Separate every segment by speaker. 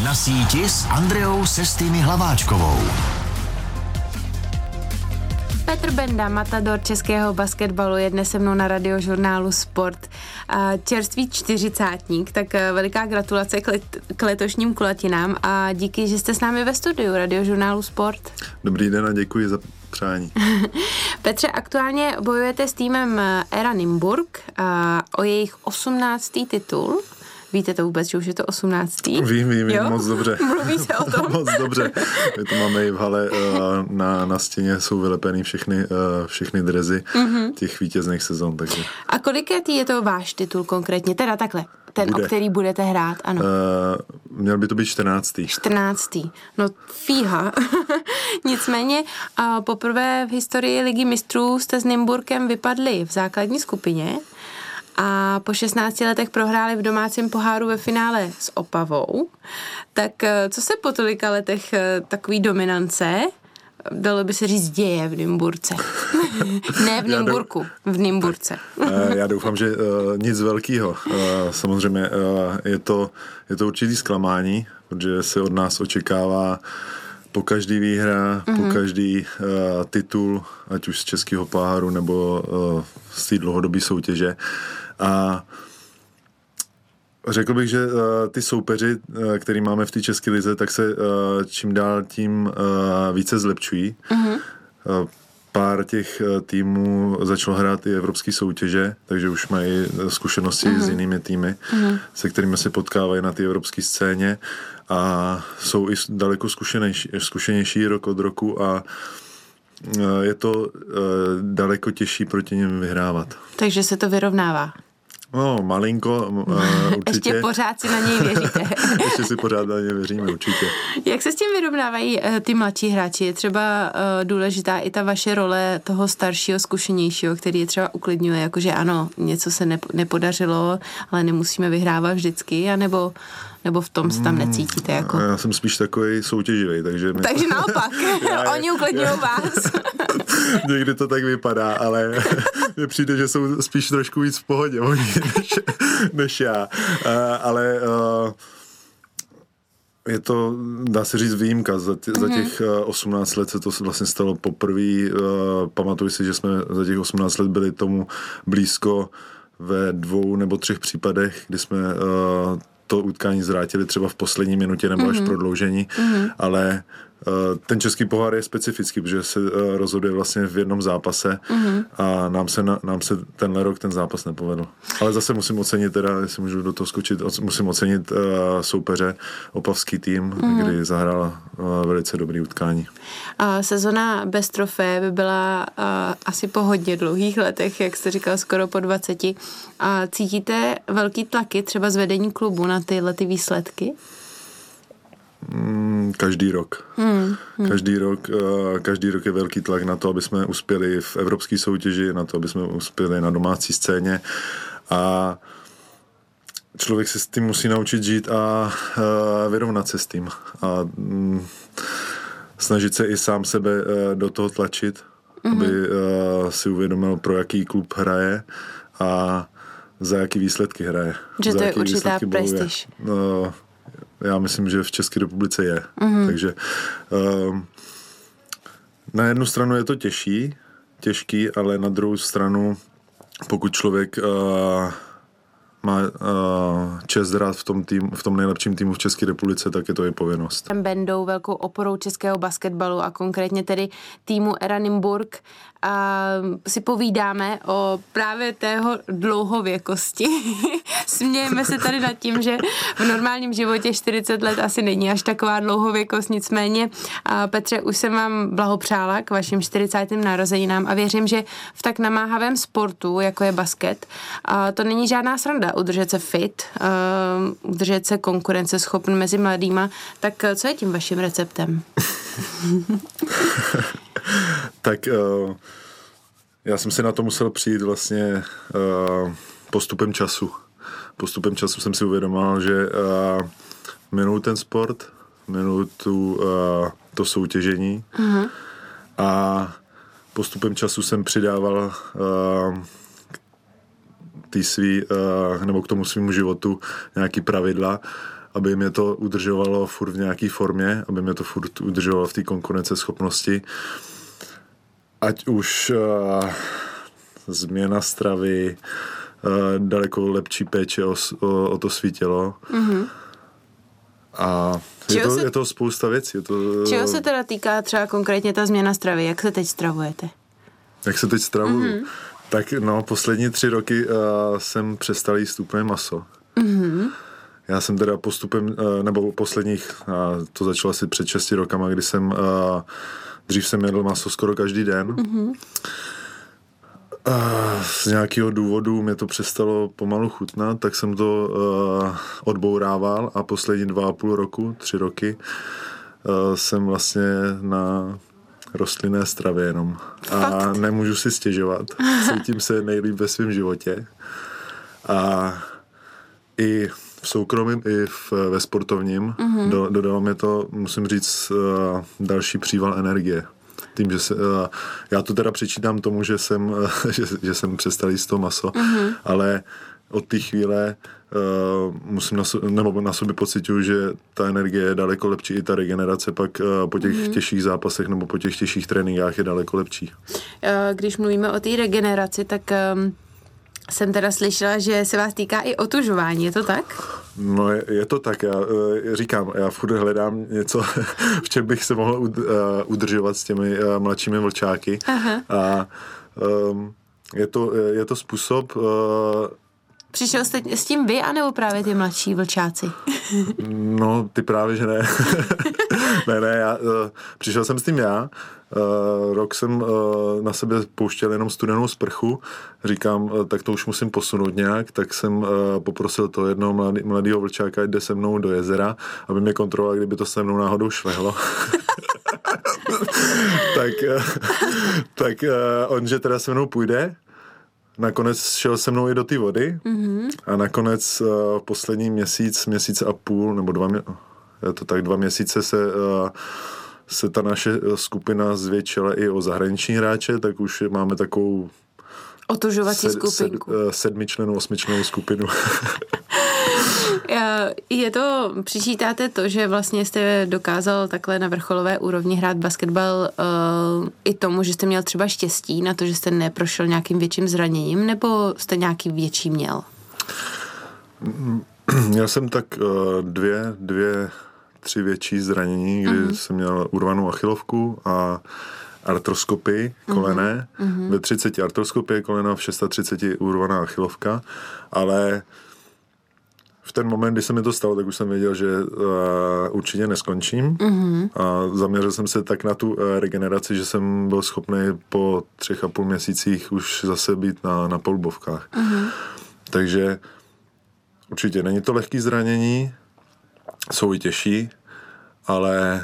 Speaker 1: Na síti s Andreou Sestými Hlaváčkovou.
Speaker 2: Petr Benda, matador českého basketbalu, je dnes se mnou na Radiožurnálu Sport. Čerstvý čtyřicátník, tak veliká gratulace k letošním kulatinám a díky, že jste s námi ve studiu Radiožurnálu Sport.
Speaker 3: Dobrý den a děkuji za přání.
Speaker 2: Petře, aktuálně bojujete s týmem Era Nymburk o jejich 18. titul. Víte to vůbec, že už je to 18.
Speaker 3: Vím, moc dobře.
Speaker 2: Mluví se o tom.
Speaker 3: Moc dobře. My to máme i v hale, na stěně jsou vylepeny všechny drezy těch vítězných sezon. Takže.
Speaker 2: A kolikátý je to váš titul konkrétně? Teda takhle, ten, o který budete hrát, ano.
Speaker 3: Měl by to být 14.
Speaker 2: 14. No fíha. Nicméně poprvé v historii Ligy mistrů jste s Nymburkem vypadli v základní skupině a po 16 letech prohráli v domácím poháru ve finále s Opavou. Tak co se po tolika letech takový dominance, dalo by se říct, děje v Nymburce? Ne v Nymburku, v Nymburce.
Speaker 3: Já doufám, že nic velkého. Samozřejmě je to určitý zklamání, protože se od nás očekává po každý výhra, po každý titul, ať už z českého poháru nebo z té dlouhodobé soutěže. A řekl bych, že ty soupeři, který máme v té české lize, tak se čím dál tím více zlepšují. Pár těch týmů začalo hrát i evropské soutěže, takže už mají zkušenosti s jinými týmy, se kterými se potkávají na té evropské scéně a jsou i daleko zkušenější rok od roku a je to daleko těžší proti něm vyhrávat.
Speaker 2: Takže se to vyrovnává.
Speaker 3: No, malinko, určitě.
Speaker 2: Ještě pořád si na něj věříte.
Speaker 3: Ještě si pořád na něj věříme, určitě.
Speaker 2: Jak se s tím vyrovnávají ty mladší hráči? Je třeba důležitá i ta vaše role toho staršího, zkušenějšího, který je třeba uklidňuje, jakože ano, něco se nepodařilo, ale nemusíme vyhrávat vždycky, anebo v tom se tam necítíte? Jako?
Speaker 3: Já jsem spíš takový soutěživý, takže...
Speaker 2: Takže naopak, oni uklidňují vás.
Speaker 3: Někdy to tak vypadá, ale mně přijde, že jsou spíš trošku víc v pohodě než já. Ale je to, dá se říct, výjimka. Za těch 18 let se to vlastně stalo poprvé. Pamatuju si, že jsme za těch 18 let byli tomu blízko ve 2 nebo 3 případech, kdy jsme to utkání zvrátili třeba v poslední minutě nebo až v prodloužení, ale ten český pohár je specifický, protože se rozhoduje vlastně v jednom zápase a nám se tenhle rok ten zápas nepovedl. Ale zase musím ocenit, jestli můžu do toho skočit, musím ocenit soupeře, opavský tým, kdy zahrál velice dobrý utkání.
Speaker 2: Sezona bez trofé by byla asi po hodně dlouhých letech, jak jste říkal, skoro po 20. Cítíte velký tlaky třeba z vedení klubu na tyhle ty výsledky?
Speaker 3: Každý rok. Každý rok je velký tlak na to, aby jsme uspěli v evropské soutěži, na to, aby jsme uspěli na domácí scéně a člověk se s tím musí naučit žít a vyrovnat se s tím a snažit se i sám sebe do toho tlačit, aby si uvědomil, pro jaký klub hraje a za jaký výsledky hraje.
Speaker 2: Že to je určitá prestiž.
Speaker 3: Já myslím, že v České republice je. Takže na jednu stranu je to těžký, ale na druhou stranu, pokud člověk má čest hrát v tom nejlepším týmu v České republice, tak je to i povinnost.
Speaker 2: Bendou velkou oporou českého basketbalu a konkrétně tedy týmu Era Nymburk si povídáme o právě tého dlouhověkosti. Smějeme se tady nad tím, že v normálním životě 40 let asi není až taková dlouhověkost, nicméně Petře, už jsem vám blahopřála k vašim 40. narozeninám a věřím, že v tak namáhavém sportu, jako je basket, to není žádná sranda udržet se fit, udržet se konkurenceschopný mezi mladýma, tak co je tím vaším receptem?
Speaker 3: Tak já jsem si na to musel přijít vlastně postupem času. Postupem času jsem si uvědomil, že miluji ten sport, miluji to soutěžení a postupem času jsem přidával k tomu svýmu životu nějaký pravidla aby mě to udržovalo furt v nějaké formě, aby mě to furt udržovalo v té konkurenceschopnosti. Ať už změna stravy, daleko lepší péče o to svý tělo. A je to spousta věcí.
Speaker 2: Čeho se teda týká třeba konkrétně ta změna stravy? Jak se teď stravujete?
Speaker 3: Jak se teď stravuju? Tak poslední 3 roky jsem přestal jíst úplně maso. Já jsem teda postupem, nebo posledních, to začalo asi před 6 rokama, kdy jsem, dřív jsem jedl maso skoro každý den. Z nějakého důvodu mě to přestalo pomalu chutnat, tak jsem to odbourával a poslední 2,5 roku, 3 roky jsem vlastně na rostlinné stravě jenom. A nemůžu si stěžovat. Cítím se nejlíp ve svém životě. A i v soukromém, i ve sportovním dodalo mě to, musím říct, další příval energie. Tím, že já to teda přičítám tomu, že jsem přestal jíst to maso, ale od té chvíle musím na sobě pociťuji, že ta energie je daleko lepší, i ta regenerace pak po těch těžších zápasech nebo po těch těžších tréninkách je daleko lepší.
Speaker 2: Když mluvíme o té regeneraci, tak jsem teda slyšela, že se vás týká i otužování, je to tak?
Speaker 3: No je to tak, já říkám, já furt hledám něco, v čem bych se mohl udržovat s těmi mladšími vlčáky. A je to způsob...
Speaker 2: Přišel jste s tím vy, anebo právě ty mladší vlčáci?
Speaker 3: No, ty právě, že ne. ne, přišel jsem s tím já. Rok jsem na sebe pouštěl jenom studenou sprchu. Říkám, tak to už musím posunout nějak, tak jsem poprosil to jednoho mladého vlčáka, jde se mnou do jezera, aby mě kontroloval, kdyby to se mnou náhodou švehlo. tak on, že teda se mnou půjde, nakonec šel se mnou i do té vody a nakonec poslední měsíc a půl, nebo 2 měsíce se ta naše skupina zvětšila i o zahraniční hráče, tak už máme takovou
Speaker 2: otužovací skupinku.
Speaker 3: 7člennou, 8člennou skupinu.
Speaker 2: Přičítáte to, že vlastně jste dokázal takhle na vrcholové úrovni hrát basketbal i tomu, že jste měl třeba štěstí na to, že jste neprošel nějakým větším zraněním, nebo jste nějaký větší měl?
Speaker 3: Měl jsem tak 3 větší zranění, kdy jsem měl urvanou achilovku a artroskopii kolené. Ve 30 artroskopie kolena, v 36 urvaná achilovka, ale v ten moment, kdy se mi to stalo, tak už jsem věděl, že určitě neskončím a zaměřil jsem se tak na tu regeneraci, že jsem byl schopný po 3,5 měsících už zase být na polubovkách. Takže určitě není to lehký zranění, jsou i těžší, ale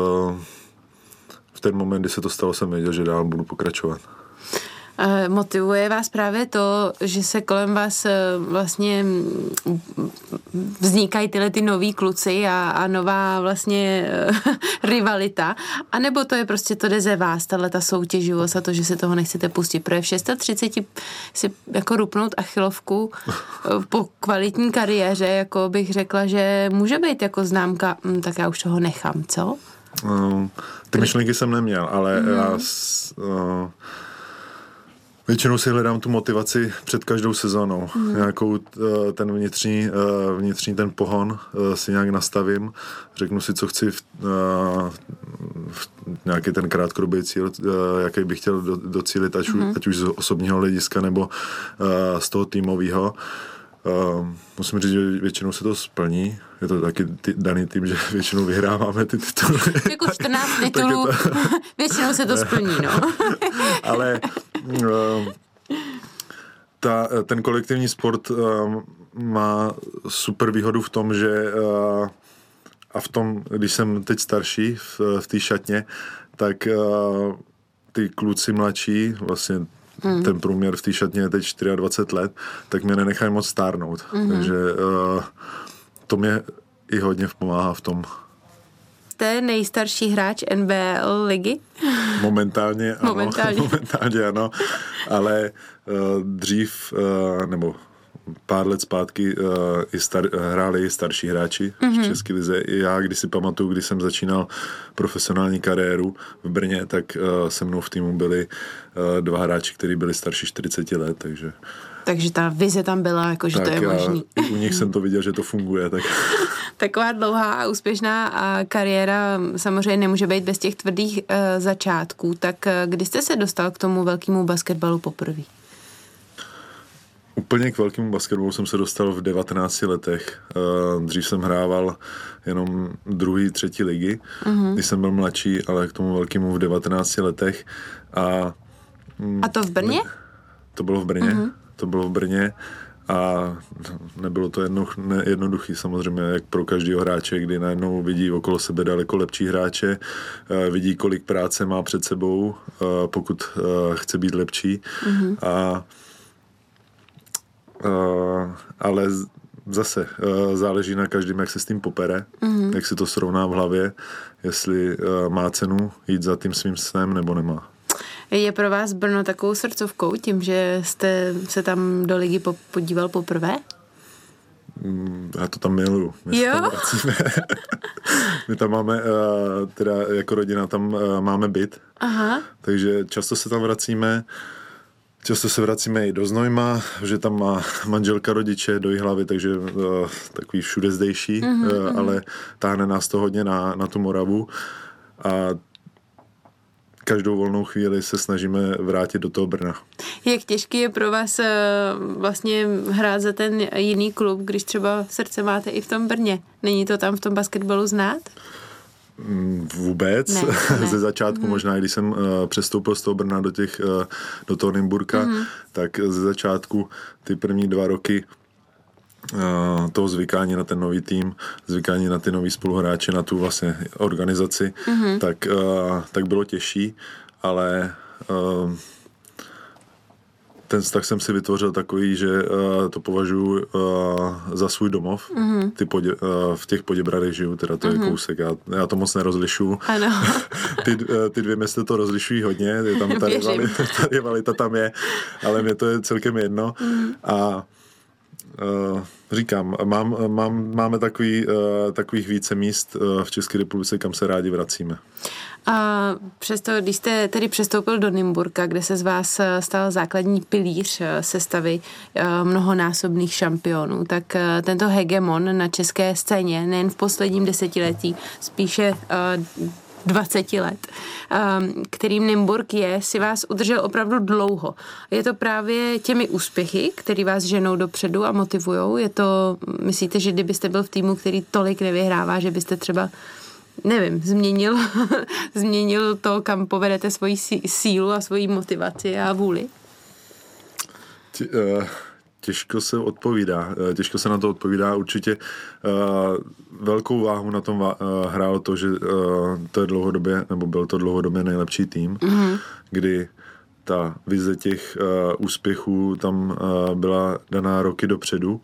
Speaker 3: v ten moment, kdy se to stalo, jsem věděl, že dál budu pokračovat.
Speaker 2: Motivuje vás právě to, že se kolem vás vlastně vznikají tyhle ty noví kluci a nová vlastně rivalita, anebo to je prostě to jde ze vás, tato soutěživost a to, že se toho nechcete pustit, protože v 630 si jako rupnout achilovku po kvalitní kariéře, jako bych řekla, že může být jako známka, tak já už toho nechám, co?
Speaker 3: Ty myšlenky jsem neměl, ale já většinou si hledám tu motivaci před každou sezónou. Nějakou ten vnitřní ten pohon si nějak nastavím. Řeknu si, co chci v nějaký ten krátkodobý cíl, jaký bych chtěl docílit, ať už z osobního hlediska nebo z toho týmového. Musím říct, že většinou se to splní. Je to taky daný tím, že většinou vyhráváme ty tituly.
Speaker 2: Jako 14 titulů, většinou se to splní, no.
Speaker 3: Ale ten kolektivní sport má super výhodu v tom, že a v tom, když jsem teď starší v té šatně, tak ty kluci mladší, vlastně ten průměr v té šatně je teď 24 let, tak mě nenechají moc stárnout. Takže to mě i hodně pomáhá v tom.
Speaker 2: Jste nejstarší hráč NBL ligy?
Speaker 3: Momentálně ano, ale dřív, nebo pár let zpátky hráli i starší hráči v České lize. I já, když si pamatuju, když jsem začínal profesionální kariéru v Brně, tak se mnou v týmu byli 2 hráči, kteří byli starší 40 let,
Speaker 2: Takže ta vize tam byla, jakože to je možný.
Speaker 3: U nich jsem to viděl, že to funguje. Tak.
Speaker 2: Taková dlouhá a úspěšná kariéra samozřejmě nemůže být bez těch tvrdých začátků. Tak kdy jste se dostal k tomu velkému basketbalu poprvé?
Speaker 3: Úplně k velkému basketbalu jsem se dostal v 19 letech. Dřív jsem hrával jenom 2., 3. ligy, když jsem byl mladší, ale k tomu velkému v 19 letech. A
Speaker 2: to v Brně?
Speaker 3: To bylo v Brně. To bylo v Brně a nebylo to jednoduchý samozřejmě, jak pro každého hráče, kdy najednou vidí okolo sebe daleko lepší hráče, vidí, kolik práce má před sebou, pokud chce být lepší. Ale zase záleží na každém, jak se s tím popere, jak si to srovná v hlavě, jestli má cenu jít za tím svým snem nebo nemá.
Speaker 2: Je pro vás Brno takovou srdcovkou tím, že jste se tam do ligy podíval poprvé?
Speaker 3: Já to tam miluju. My tam máme, teda jako rodina tam máme byt, takže často se tam vracíme. Často se vracíme i do Znojma, že tam má manželka rodiče do Jihlavy, takže takový všude zdejší, ale táhne nás to hodně na tu Moravu a každou volnou chvíli se snažíme vrátit do toho Brna. Jak
Speaker 2: těžký je pro vás vlastně hrát za ten jiný klub, když třeba srdce máte i v tom Brně? Není to tam v tom basketbalu znát?
Speaker 3: Vůbec. Ne. Ze začátku možná, když jsem přestoupil z toho Brna do toho Nymburka, tak ze začátku ty první 2 roky toho zvykání na ten nový tým, zvykání na ty nový spoluhráče, na tu vlastně organizaci, tak bylo těžší, ale ten vztah jsem si vytvořil takový, že to považuji za svůj domov. V těch Poděbradech žiju, teda to je kousek. Já to moc nerozlišuju.
Speaker 2: Ano.
Speaker 3: Ty 2 města to rozlišují hodně. Je tam ta rivalita tam je, ale mě to je celkem jedno. A říkám, máme takových více míst v České republice, kam se rádi vracíme.
Speaker 2: A přesto, když jste tedy přestoupil do Nymburka, kde se z vás stal základní pilíř sestavy mnohonásobných šampionů, tak tento hegemon na české scéně, nejen v posledním desetiletí, spíše 20 let, kterým Nymburk je, si vás udržel opravdu dlouho. Je to právě těmi úspěchy, který vás ženou dopředu a motivujou? Je to, myslíte, že kdybyste byl v týmu, který tolik nevyhrává, že byste třeba, nevím, změnil to, kam povedete svoji sílu a svoji motivaci a vůli?
Speaker 3: Těžko se na to odpovídá. Určitě velkou váhu na tom hrálo to, že to je dlouhodobě, nebo byl to dlouhodobě nejlepší tým, kdy ta vize těch úspěchů tam byla daná roky dopředu.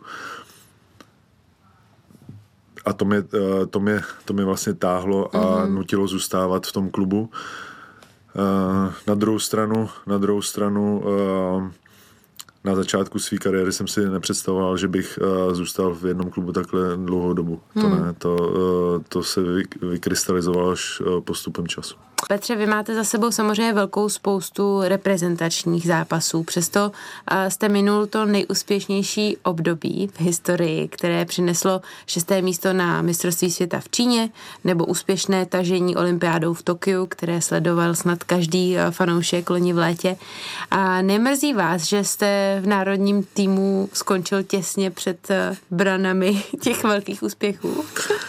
Speaker 3: A to mě vlastně táhlo a nutilo zůstávat v tom klubu. Na druhou stranu na začátku své kariéry jsem si nepředstavoval, že bych zůstal v jednom klubu takhle dlouhou dobu. To ne, to se vykrystalizovalo až postupem času.
Speaker 2: Petře, vy máte za sebou samozřejmě velkou spoustu reprezentačních zápasů, přesto jste minul to nejúspěšnější období v historii, které přineslo 6. místo na mistrovství světa v Číně, nebo úspěšné tažení olympiádou v Tokiu, které sledoval snad každý fanoušek loni v létě. A nemrzí vás, že jste v národním týmu skončil těsně před branami těch velkých úspěchů?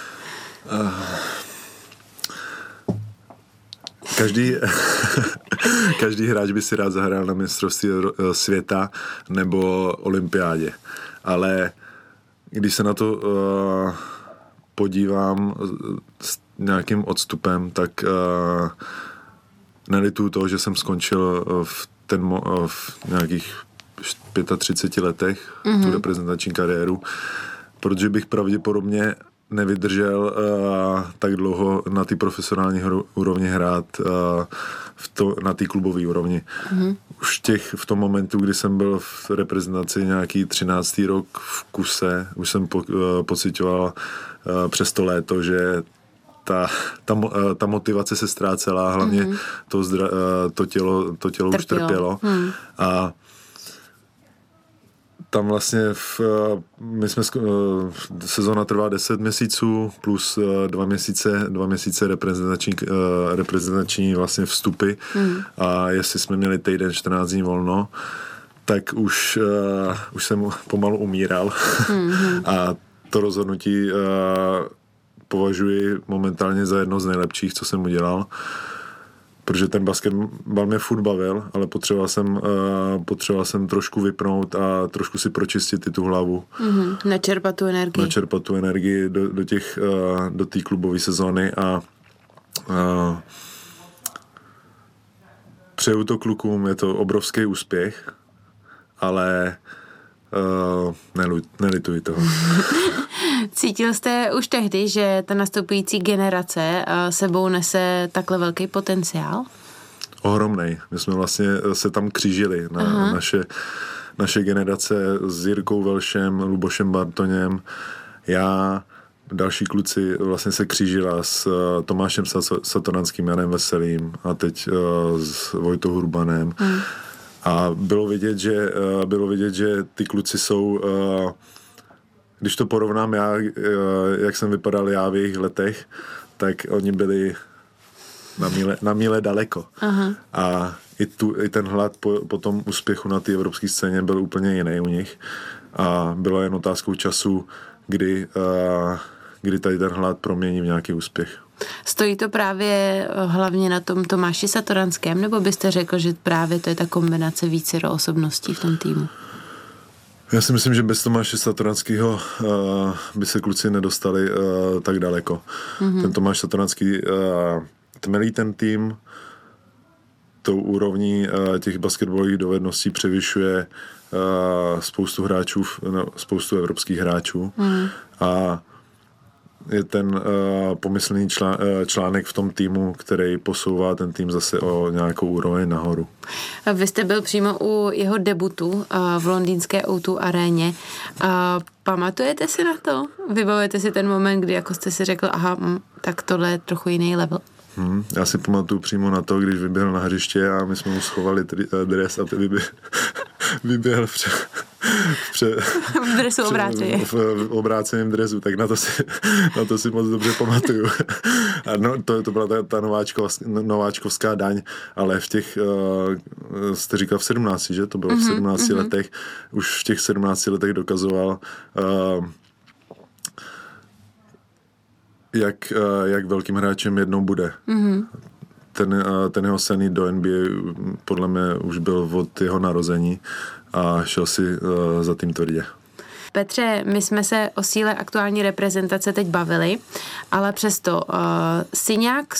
Speaker 3: Každý hráč by si rád zahrál na mistrovství světa nebo olympiádě. Ale když se na to podívám s nějakým odstupem, tak nelituju toho, že jsem skončil v nějakých 35 letech tu reprezentační kariéru, protože bych pravděpodobně nevydržel tak dlouho na té profesionální úrovni hrát na té klubové úrovni. Už v tom momentu, kdy jsem byl v reprezentaci nějaký 13. rok v kuse, už jsem pocitoval přes to léto, že ta motivace se ztrácela, hlavně to tělo už trpělo. A tam vlastně sezóna trvá 10 měsíců plus 2 měsíce reprezentační vlastně vstupy a jestli jsme měli týden 14 dní volno, tak už jsem pomalu umíral a to rozhodnutí považuji momentálně za jedno z nejlepších, co jsem udělal, protože ten basketbal mě furt bavil, ale potřeboval jsem trošku vypnout a trošku si pročistit i tu hlavu.
Speaker 2: Načerpat tu energii do té klubové sezóny a
Speaker 3: přeju to klukům, je to obrovský úspěch, ale nelituji toho.
Speaker 2: Cítil jste už tehdy, že ta nastupující generace sebou nese takhle velký potenciál?
Speaker 3: Ohromnej. My jsme vlastně se tam křížili na naše generace s Jirkou Velšem, Lubošem Bartoněm. Já, další kluci vlastně se křížila s Tomášem Satoranským, Janem Veselým a teď s Vojtou Hurbanem. A bylo vidět, že ty kluci jsou, když to porovnám já, jak jsem vypadal já v jejich letech, tak oni byli na míle daleko. A i ten hlad po tom úspěchu na té evropské scéně byl úplně jiný u nich. A bylo jen otázkou času, kdy tady ten hlad promění v nějaký úspěch.
Speaker 2: Stojí to právě hlavně na tom Tomáši Satoranském, nebo byste řekl, že právě to je ta kombinace vícero osobností v tom týmu?
Speaker 3: Já si myslím, že bez Tomáše Satoranského by se kluci nedostali tak daleko. Ten Tomáš Satoranský tmelí ten tým, tou úrovní těch basketbalových dovedností převyšuje spoustu evropských hráčů. A je ten pomyslný článek v tom týmu, který posouvá ten tým zase o nějakou úroveň nahoru.
Speaker 2: Vy jste byl přímo u jeho debutu v londýnské O2 aréně. Pamatujete si na to? Vybavujete si ten moment, kdy jako jste si řekl, tak tohle je trochu jiný level?
Speaker 3: Já si pamatuju přímo na to, když vyběhl na hřiště a my jsme mu schovali dres a vyběhl
Speaker 2: v dresu obráceně.
Speaker 3: V obráceném dresu, tak na to si moc dobře pamatuju. A to byla ta nováčkovská daň, ale v těch, jste říkal v 17, že? To bylo v 17 letech. Už v těch 17 letech dokazoval, jak velkým hráčem jednou bude. Ten jeho sen do NBA podle mě už byl od jeho narození a šel si za tím tvrdě.
Speaker 2: Petře, my jsme se o síle aktuální reprezentace teď bavili, ale přesto jste nějak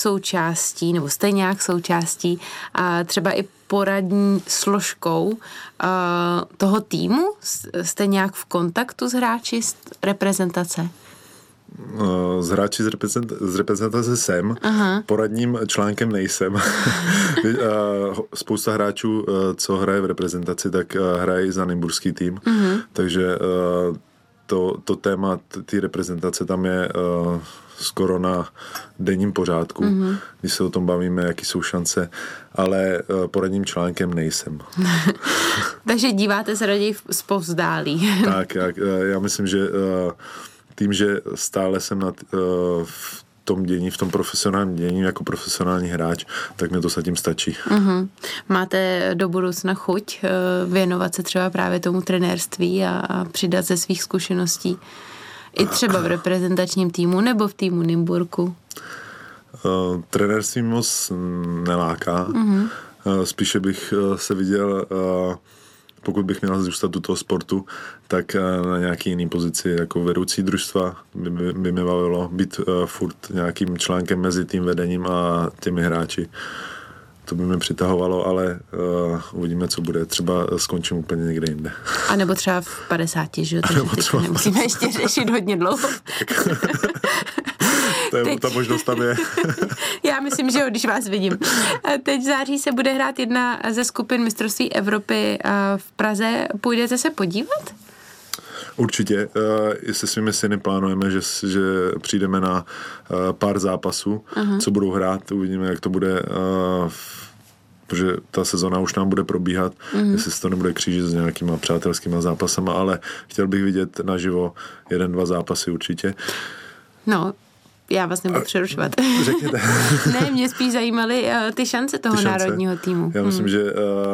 Speaker 2: součástí třeba i poradní složkou toho týmu? Jste nějak v kontaktu s hráči z reprezentace?
Speaker 3: Z hráči z reprezentace jsem, poradním článkem nejsem. Spousta hráčů, co hraje v reprezentaci, tak hraje i za nymburský tým, takže to téma té reprezentace tam je skoro na denním pořádku, když se o tom bavíme, jaký jsou šance, ale poradním článkem nejsem.
Speaker 2: Takže díváte se raději zpovzdálí.
Speaker 3: Tak, já myslím, že tím, že stále jsem v tom dění, v tom profesionálním dění jako profesionální hráč, tak mi to zatím stačí.
Speaker 2: Máte do budoucna chuť věnovat se třeba právě tomu trenérství a přidat ze svých zkušeností i třeba v reprezentačním týmu nebo v týmu Nymburku?
Speaker 3: Trenérství moc neláká. Spíše bych se viděl, pokud bych měl zůstat u toho sportu, tak na nějaký jiný pozici jako vedoucí družstva by mě bavilo být furt nějakým článkem mezi tím vedením a těmi hráči. To by mě přitahovalo, ale uvidíme, co bude. Třeba skončím úplně někde jinde.
Speaker 2: A nebo třeba v 50, že jo? Takže nemusíme ještě řešit hodně dlouho.
Speaker 3: Ta možnost tam je.
Speaker 2: Já myslím, že jo, když vás vidím. Teď v září se bude hrát jedna ze skupin mistrovství Evropy v Praze. Půjdete se podívat?
Speaker 3: Určitě. Se svými syny plánujeme, že přijdeme na pár zápasů, co budou hrát. Uvidíme, jak to bude, protože ta sezona už nám bude probíhat, jestli se to nebude křížit s nějakýma přátelskýma zápasama, ale chtěl bych vidět naživo 1-2 zápasy určitě.
Speaker 2: No, já vás nebudu přerušovat.
Speaker 3: Řekněte.
Speaker 2: Ne, mě spíš zajímaly ty šance toho národního týmu.
Speaker 3: Já myslím, že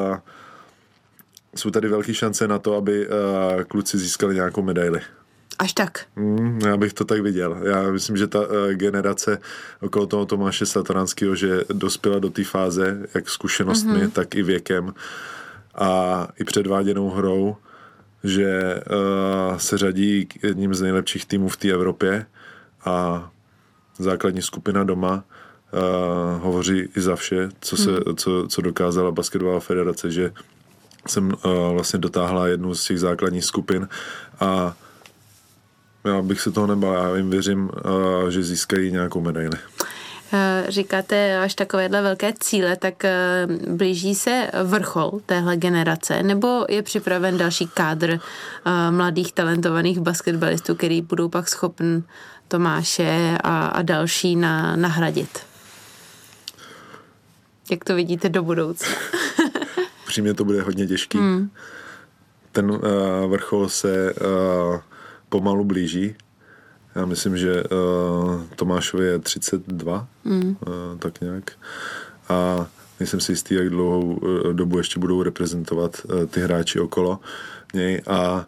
Speaker 3: jsou tady velké šance na to, aby kluci získali nějakou medaili.
Speaker 2: Až tak?
Speaker 3: Já bych to tak viděl. Já myslím, že ta generace okolo toho Tomáše Satoranského, že dospěla do té fáze, jak zkušenostmi, tak i věkem a i předváděnou hrou, že se řadí k jedním z nejlepších týmů v té Evropě a základní skupina doma hovoří i za vše, co dokázala basketbalová federace, že jsem vlastně dotáhla jednu z těch základních skupin a já bych se toho nebál, já jim věřím, že získají nějakou medaili.
Speaker 2: Říkáte až takovéhle velké cíle, tak blíží se vrchol téhle generace, nebo je připraven další kádr mladých talentovaných basketbalistů, který budou pak schopni Tomáše a další nahradit? Jak to vidíte do budoucna?
Speaker 3: Přímě to bude hodně těžký. Ten vrchol se pomalu blíží. Já myslím, že Tomášovi je 32, tak nějak. A nejsem si jistý, jak dlouhou dobu ještě budou reprezentovat ty hráči okolo něj. A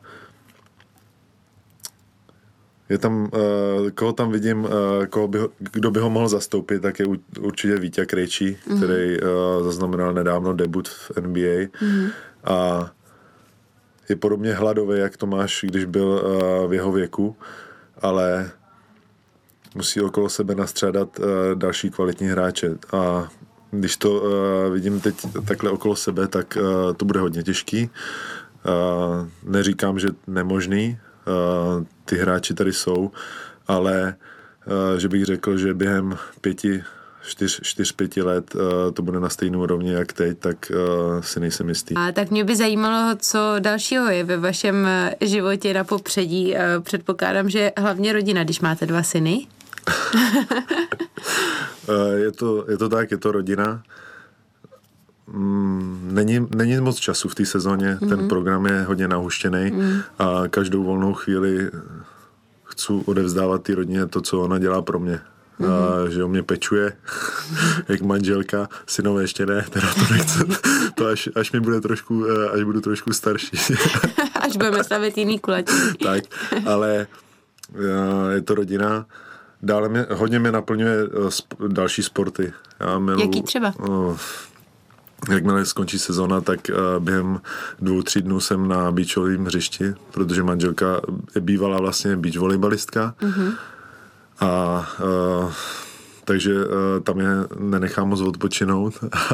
Speaker 3: je tam, koho tam vidím, kdo by ho mohl zastoupit, tak je určitě Víťa Krejčí, který zaznamenal nedávno debut v NBA. A je podobně hladový, jak Tomáš, když byl v jeho věku, ale musí okolo sebe nastřádat další kvalitní hráče. A když to vidím teď takhle okolo sebe, tak to bude hodně těžký. Neříkám, že nemožný, ty hráči tady jsou, ale že bych řekl, že během 4-5 let to bude na stejnou úrovni jak teď, tak si nejsem jistý.
Speaker 2: A tak mě by zajímalo, co dalšího je ve vašem životě na popředí. Předpokládám, že hlavně rodina, když máte 2 syny.
Speaker 3: Je to tak, je to rodina. Není moc času v té sezóně, ten program je hodně nahuštěný a každou volnou chvíli chci odevzdávat té rodině to, co ona dělá pro mě. Že o mě pečuje, jak manželka, synové ještě ne, teda to nechce, to až mi bude trošku, až budu trošku starší.
Speaker 2: Až budeme stavit jiný kulatí. Tak,
Speaker 3: ale je to rodina. Dále hodně mě naplňuje další sporty.
Speaker 2: Jaký třeba?
Speaker 3: Jakmile skončí sezona, tak během 2-3 dnů jsem na beachovém hřišti, protože manželka je bývalá vlastně beach volejbalistka. A takže tam je nenechám moc odpočinout.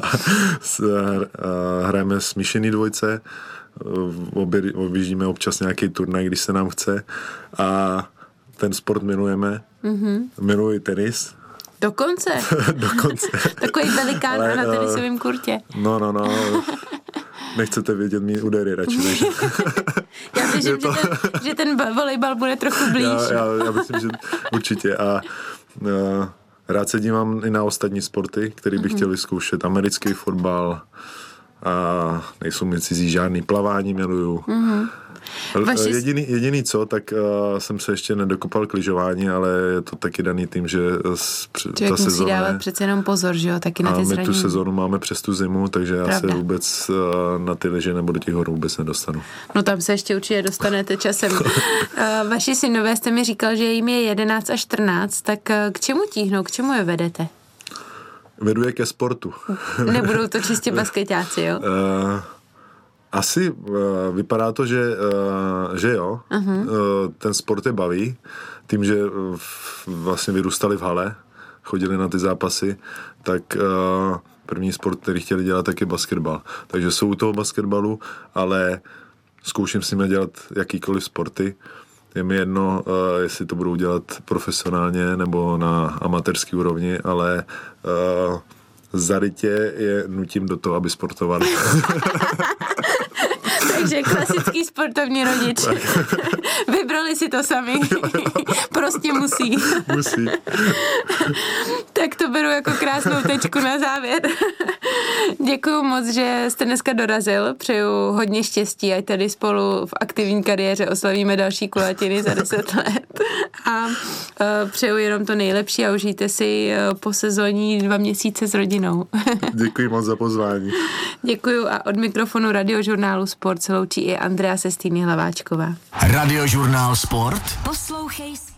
Speaker 3: Hrajeme smíšený dvojce, objíždíme občas nějaký turnaj, když se nám chce. A ten sport milujeme. Miluji tenis.
Speaker 2: Dokonce?
Speaker 3: Dokonce.
Speaker 2: Takový velikán na tenisovém kurtě.
Speaker 3: No. Nechcete vědět mý údery radši, než...
Speaker 2: Já věřím, že ten volejbal bude trochu blíž.
Speaker 3: Já myslím, že určitě. A rád se dívám i na ostatní sporty, které bych chtěl vyzkoušet. Americký fotbal a nejsou mi cizí žádný, plavání miluju. Jediný co, tak jsem se ještě nedokopal k lyžování, ale je to taky daný tím, že
Speaker 2: člověk musí dávat přece jenom pozor, že jo, taky na ty zranění.
Speaker 3: A my tu sezonu máme přes tu zimu, takže já se vůbec na ty lyže nebo do těch hor vůbec nedostanu.
Speaker 2: No tam se ještě určitě dostanete časem. Vaši synové jste mi říkal, že jim je 11 a 14, tak k čemu tíhnou, k čemu je vedete?
Speaker 3: Vedu je ke sportu.
Speaker 2: Nebudou to čistě basketáci, jo?
Speaker 3: Asi vypadá to, že jo. Ten sport je baví. Tím, že vlastně vyrůstali v hale, chodili na ty zápasy, tak první sport, který chtěli dělat, tak je basketbal. Takže jsou u toho basketbalu, ale zkouším s nimi dělat jakýkoliv sporty. Je mi jedno, jestli to budou dělat profesionálně nebo na amatérský úrovni, ale zarytě je nutím do toho, aby sportovali.
Speaker 2: Takže klasický sportovní rodič. Vybrali si to sami. Prostě musí.
Speaker 3: Musí.
Speaker 2: Tak to beru jako krásnou tečku na závěr. Děkuju moc, že jste dneska dorazil. Přeju hodně štěstí, ať tady spolu v aktivní kariéře oslavíme další kulatiny za 10 let. A přeju jenom to nejlepší a užijte si po sezóní 2 měsíce s rodinou.
Speaker 3: Děkuji moc za pozvání.
Speaker 2: Děkuju a od mikrofonu Radiožurnálu Sport se loučí i Andrea Sestýny Hlaváčková.
Speaker 1: Radiožurnál Sport.
Speaker 4: Poslouchej